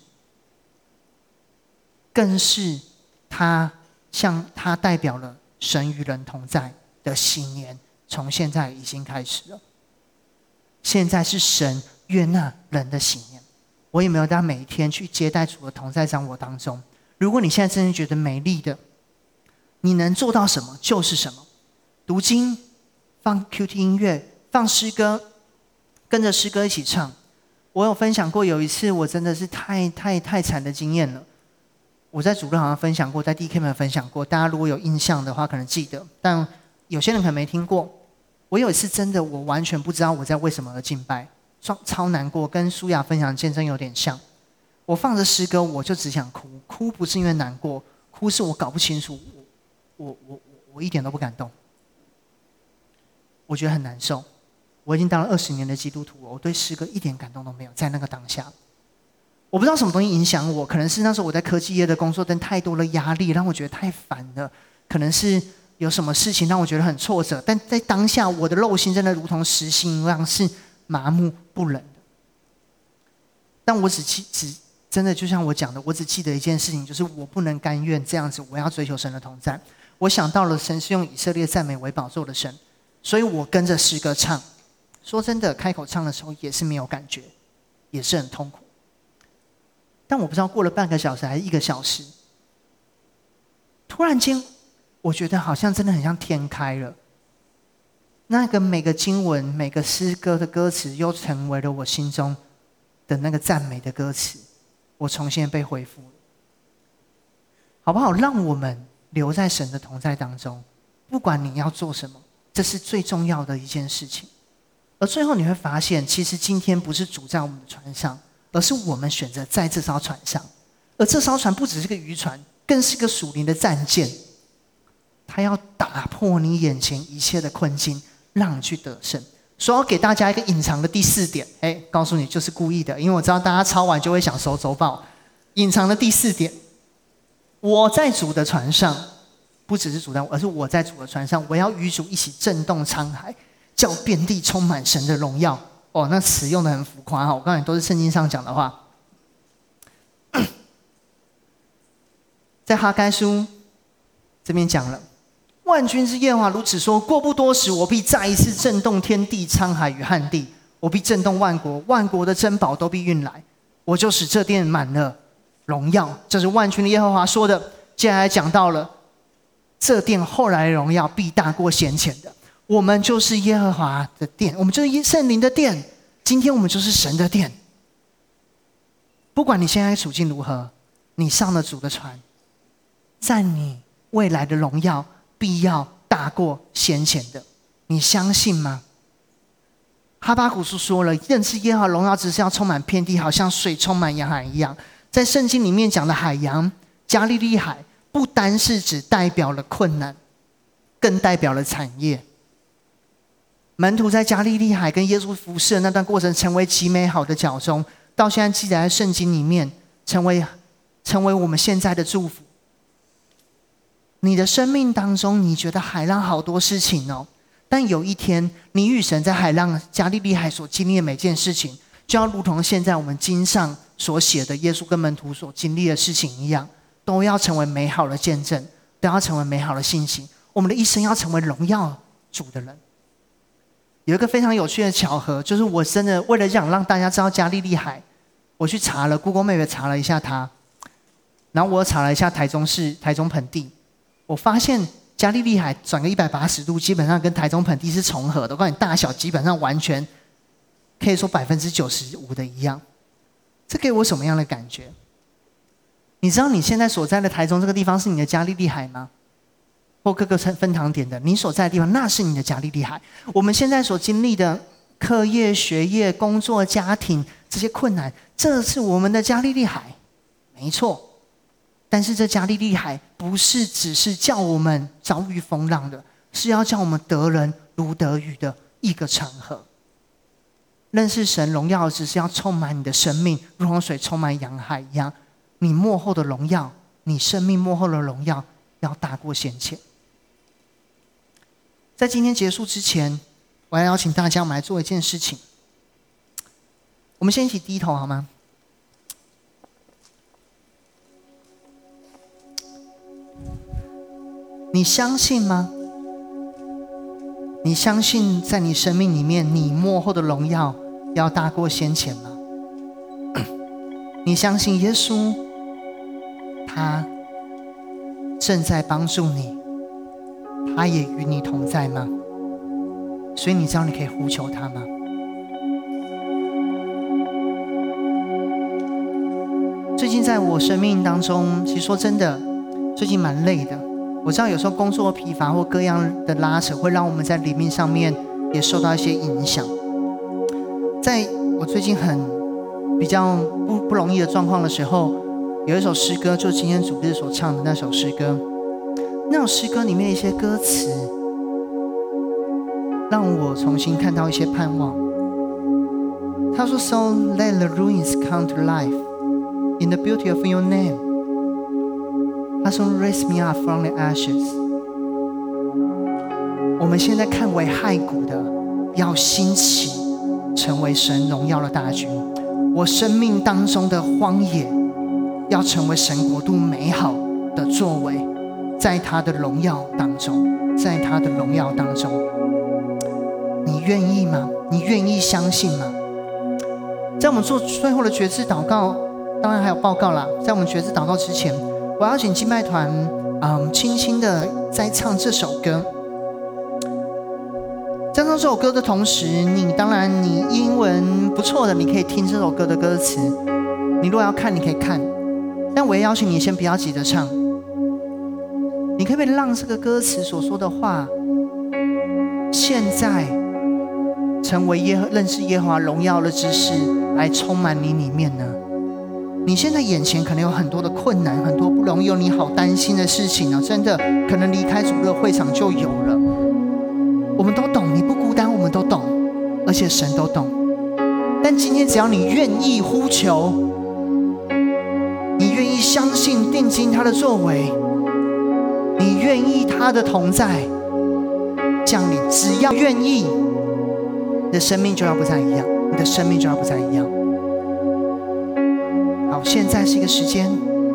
更是他代表了神与人同在的喜年，从现在已经开始了。现在是神悦纳人的喜年。我有没有在每一天去接待主的同在在我当中？如果你现在真的觉得美丽的，你能做到什么就是什么。读经，放 QT 音乐，放诗歌，跟着诗歌一起唱。我有分享过，有一次我真的是太惨的经验了。我在主日好像分享过，在 DK 们分享过，大家如果有印象的话可能记得，但有些人可能没听过。我有一次真的我完全不知道我在为什么而敬拜，超难过，跟舒雅分享的见证有点像。我放着诗歌我就只想哭，哭不是因为难过，哭是我搞不清楚，我一点都不感动，我觉得很难受。我已经当了20年的基督徒，我对诗歌一点感动都没有。在那个当下，我不知道什么东西影响我，可能是那时候我在科技业的工作，但太多的压力让我觉得太烦了，可能是有什么事情让我觉得很挫折，但在当下我的肉心真的如同石心一样是麻木不仁的。但我只真的就像我讲的，我只记得一件事情，就是我不能甘愿这样子，我要追求神的同在。我想到了神是用以色列赞美为宝座的神，所以我跟着诗歌唱。说真的，开口唱的时候也是没有感觉，也是很痛苦。但我不知道过了半个小时还是1个小时，突然间我觉得好像真的很像天开了，那个每个经文每个诗歌的歌词又成为了我心中的那个赞美的歌词，我重新被恢复了。好不好？让我们留在神的同在当中，不管你要做什么，这是最重要的一件事情。而最后你会发现，其实今天不是主在我们的船上，而是我们选择在这艘船上。而这艘船不只是个渔船，更是个属灵的战舰，它要打破你眼前一切的困境，让你去得胜。所以我给大家一个隐藏的第4点，告诉你就是故意的，因为我知道大家抄完就会想收周报。隐藏的第4点，我在主的船上，不只是主在我，而是我在主的船上，我要与主一起震动沧海，叫遍地充满神的荣耀。那词用的很浮夸，我刚才都是圣经上讲的话。在哈该书这边讲了，万军之耶和华如此说：过不多时，我必再一次震动天地、沧海与旱地，我必震动万国，万国的珍宝都必运来，我就使这殿满了荣耀。这是万军的耶和华说的。接下来讲到了这殿后来的荣耀必大过先前的。我们就是耶和华的殿，我们就是圣灵的殿，今天我们就是神的殿。不管你现在处境如何，你上了主的船，在你未来的荣耀必要大过先前的，你相信吗？哈巴谷书说了，认识耶和华荣耀只是要充满遍地，好像水充满洋海一样。在圣经里面讲的海洋加利利海，不单是只代表了困难，更代表了产业。门徒在加利利海跟耶稣服侍的那段过程，成为极美好的脚踪，到现在记载在圣经里面，成为我们现在的祝福。你的生命当中，你觉得海浪好多事情哦，但有一天，你与神在海浪加利利海所经历的每件事情，就要如同现在我们经上所写的耶稣跟门徒所经历的事情一样，都要成为美好的见证，都要成为美好的信息。我们的一生要成为荣耀主的人。有一个非常有趣的巧合，就是我真的为了想让大家知道加利利海，我去查了 Google Map 查了一下它。 然后我查了一下台中市、台中盆地，我发现加利利海转个180度，基本上跟台中盆地是重合的。我告诉你，大小基本上完全可以说95%的一样。这给我什么样的感觉？你知道你现在所在的台中这个地方是你的加利利海吗？或各个分堂点的，你所在的地方那是你的加利利海。我们现在所经历的课业、学业、工作、家庭这些困难，这是我们的加利利海，没错。但是这加利利海不是只是叫我们遭遇风浪的，是要叫我们得人如得鱼的一个场合。认识神荣耀只是要充满你的生命，如同水充满洋海一样。你末后的荣耀，你生命末后的荣耀，要大过先前。在今天结束之前，我要邀请大家，我们来做一件事情。我们先一起低头好吗？你相信吗？你相信在你生命里面，你末后的荣耀要大过先前吗？你相信耶稣，他正在帮助你，他也与你同在吗？所以你知道你可以呼求他吗？最近在我生命当中，其实说真的，最近蛮累的。我知道有时候工作疲乏或各样的拉扯，会让我们在灵命上面也受到一些影响。在我最近很比较不容易的状况的时候，有一首诗歌，就是今天主日所唱的那首诗歌。那首诗歌里面一些歌词，让我重新看到一些盼望。他说 ：“So let the ruins come to life in the beauty of your name。”他说 ：“Raise me up from the ashes。”我们现在看为骸骨的，要兴起，成为神荣耀的大军。我生命当中的荒野，要成为神国度美好的作为，在他的荣耀当中，在他的荣耀当中，你愿意吗？你愿意相信吗？在我们做最后的决志祷告，当然还有报告啦。在我们决志祷告之前，我要请敬拜团，轻轻的在唱这首歌。在唱这首歌的同时，当然你英文不错的，你可以听这首歌的歌词。你如果要看，你可以看，但我也邀请你先不要急着唱。你可不可以让这个歌词所说的话，现在成为认识耶和华荣耀的知识，来充满你里面呢？你现在眼前可能有很多的困难，很多不容易，有你好担心的事情呢。真的，可能离开主日会场就有了。我们都懂，你不孤单，我们都懂，而且神都懂。但今天只要你愿意呼求，你愿意相信定睛他的作为，你愿意他的同在降临，只要愿意，你的生命就要不再一样，你的生命就要不再一样。好，现在是一个时间，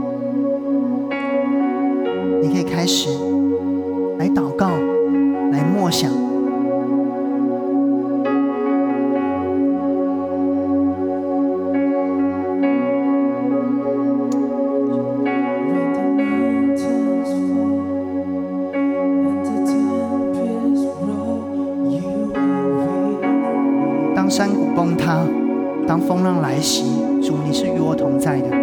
你可以开始来祷告，来默想。当山谷崩塌，当风浪来袭，主，你是与我同在的。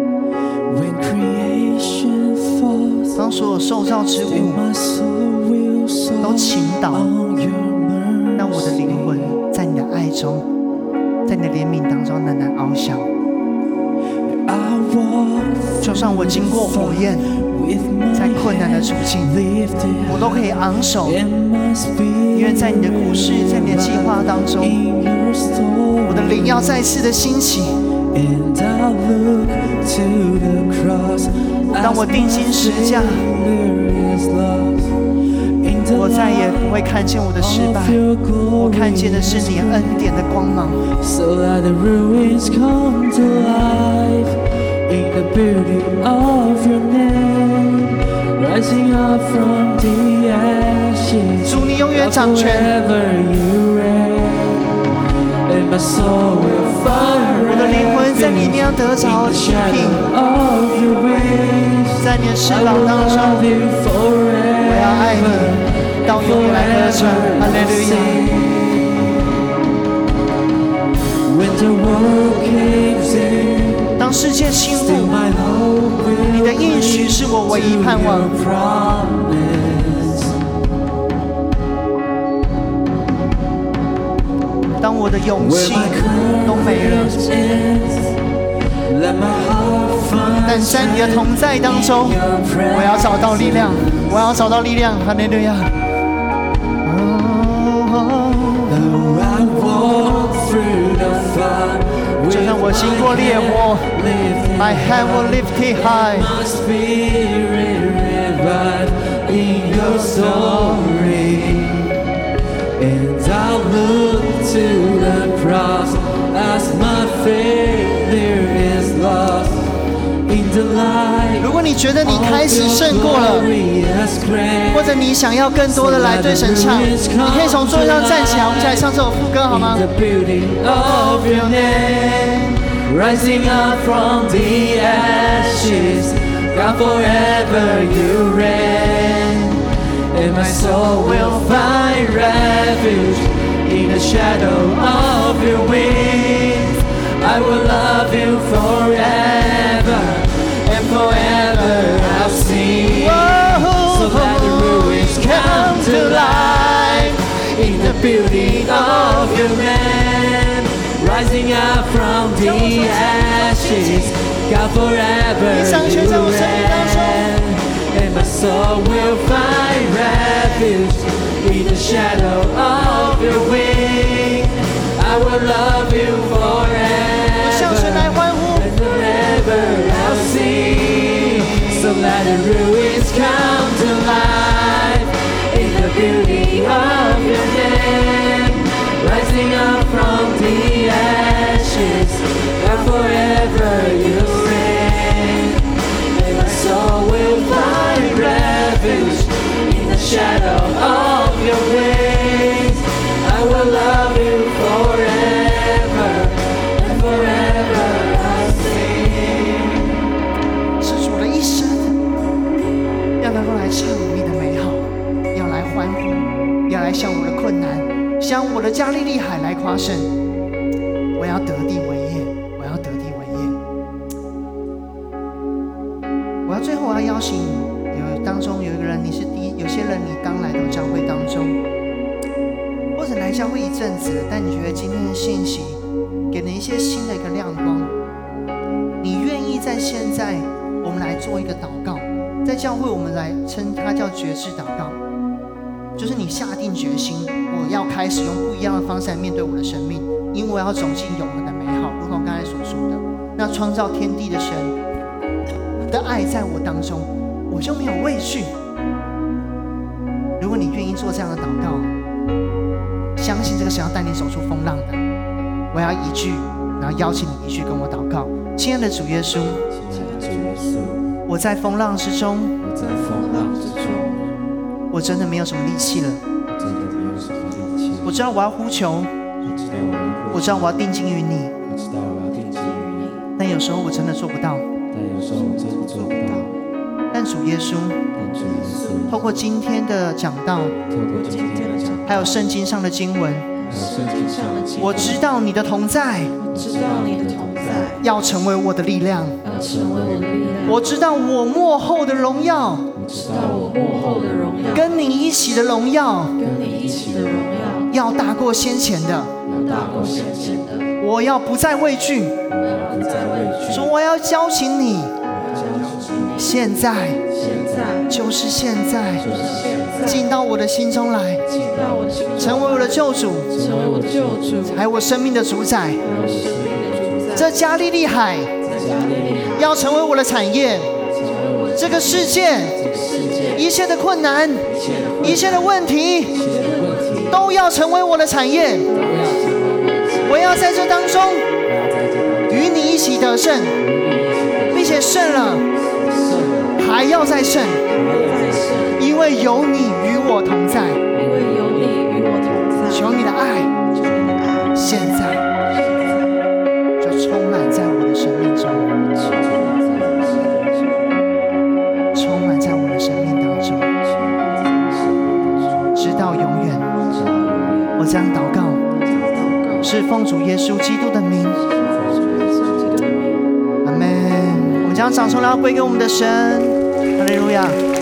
当所有受造之物都倾倒，让我的灵魂在你的爱中，在你的怜悯当中喃喃翱翔。就算我经过火焰，在困难的处境，我都可以昂首，因为在你的故事，在你的计划当中，我的灵要再次的兴起。当我定睛十架，我再也不会看见我的失败，我看见的是你恩典的光芒。In the beauty of your name, rising up from the ashes. 主，你永远掌权。Forever you reign, and my soul will 我的灵魂在里面要得着清平，在你的翅膀当中，我要爱你，到永远来歌唱，哈利路亚。当世界倾覆，你的应许是我唯一盼望。当我的勇气都没了，但在你的同在当中，我要找到力量，我要找到力量，哈利路亚。就算我经过烈火 ，My hand will lift it high. My spirit revive in your story, and I'll look to the cross as my failure is lost in the light. 如果你觉得你开始胜过了，或者你想要更多的来对神唱，你可以从座位上站起来，我们一起来唱这首副歌好吗？ Rising up from the ashes, God forever you reign, and my soul will find refuge in the shadow of your wings. I will love you forever, and forever I'll sing. So that the ruins come to life in the beauty of your name. Rising up from the ashes, God forever you reign, and my soul will find refuge in the shadow of your wings. I will love you forever, and forever I'll sing. So let the ruins come to life in the beauty of your name. Rising up from the ashes, and forever you reign, and my soul will find refuge in the shadow of your wings. I will love you forever, and forever I'll sing. 是主的一生，要能够来唱你的美好，要来欢呼，要来向我的困难。向我的加利利海来夸胜，我要得地为业，我要得地为业。最后我要邀请当中有一个人，你是有些人你刚来到教会当中，或者来教会一阵子，但你觉得今天的信息给了一些新的一个亮光，你愿意在现在我们来做一个祷告，在教会我们来称它叫决志祷告，就是你下定决心。我要开始用不一样的方式来面对我的生命，因为我要走进永恒的美好，如同刚才所说的，那创造天地的神的爱在我当中，我就没有畏惧。如果你愿意做这样的祷告，相信这个神要带你走出风浪的。我要一句，然后邀请你一句跟我祷告。亲爱的主耶稣，我在风浪之中，我真的没有什么力气了。我知道我要呼求，我知道我要定睛于你，但有时候我真的做不到。但主耶稣，透过今天的讲道，还有圣经上的经文，我知道你的同在，要成为我的力量。我知道我末后的荣耀，跟你一起的荣耀，要大过先前的。我要不再畏惧，说我要邀请你，现在就是现在，进到我的心中来，成为我的救主，还有我生命的主宰。这加利利海要成为我的产业，这个世界一切的困难，一切的问题，都要成为我的产业。我要在这当中与你一起得胜，并且胜了还要再胜，因为有你与我同在。求你的爱现在这样祷告，是奉主耶稣基督的名。阿们。我们将掌声要归给我们的神，哈利路亚。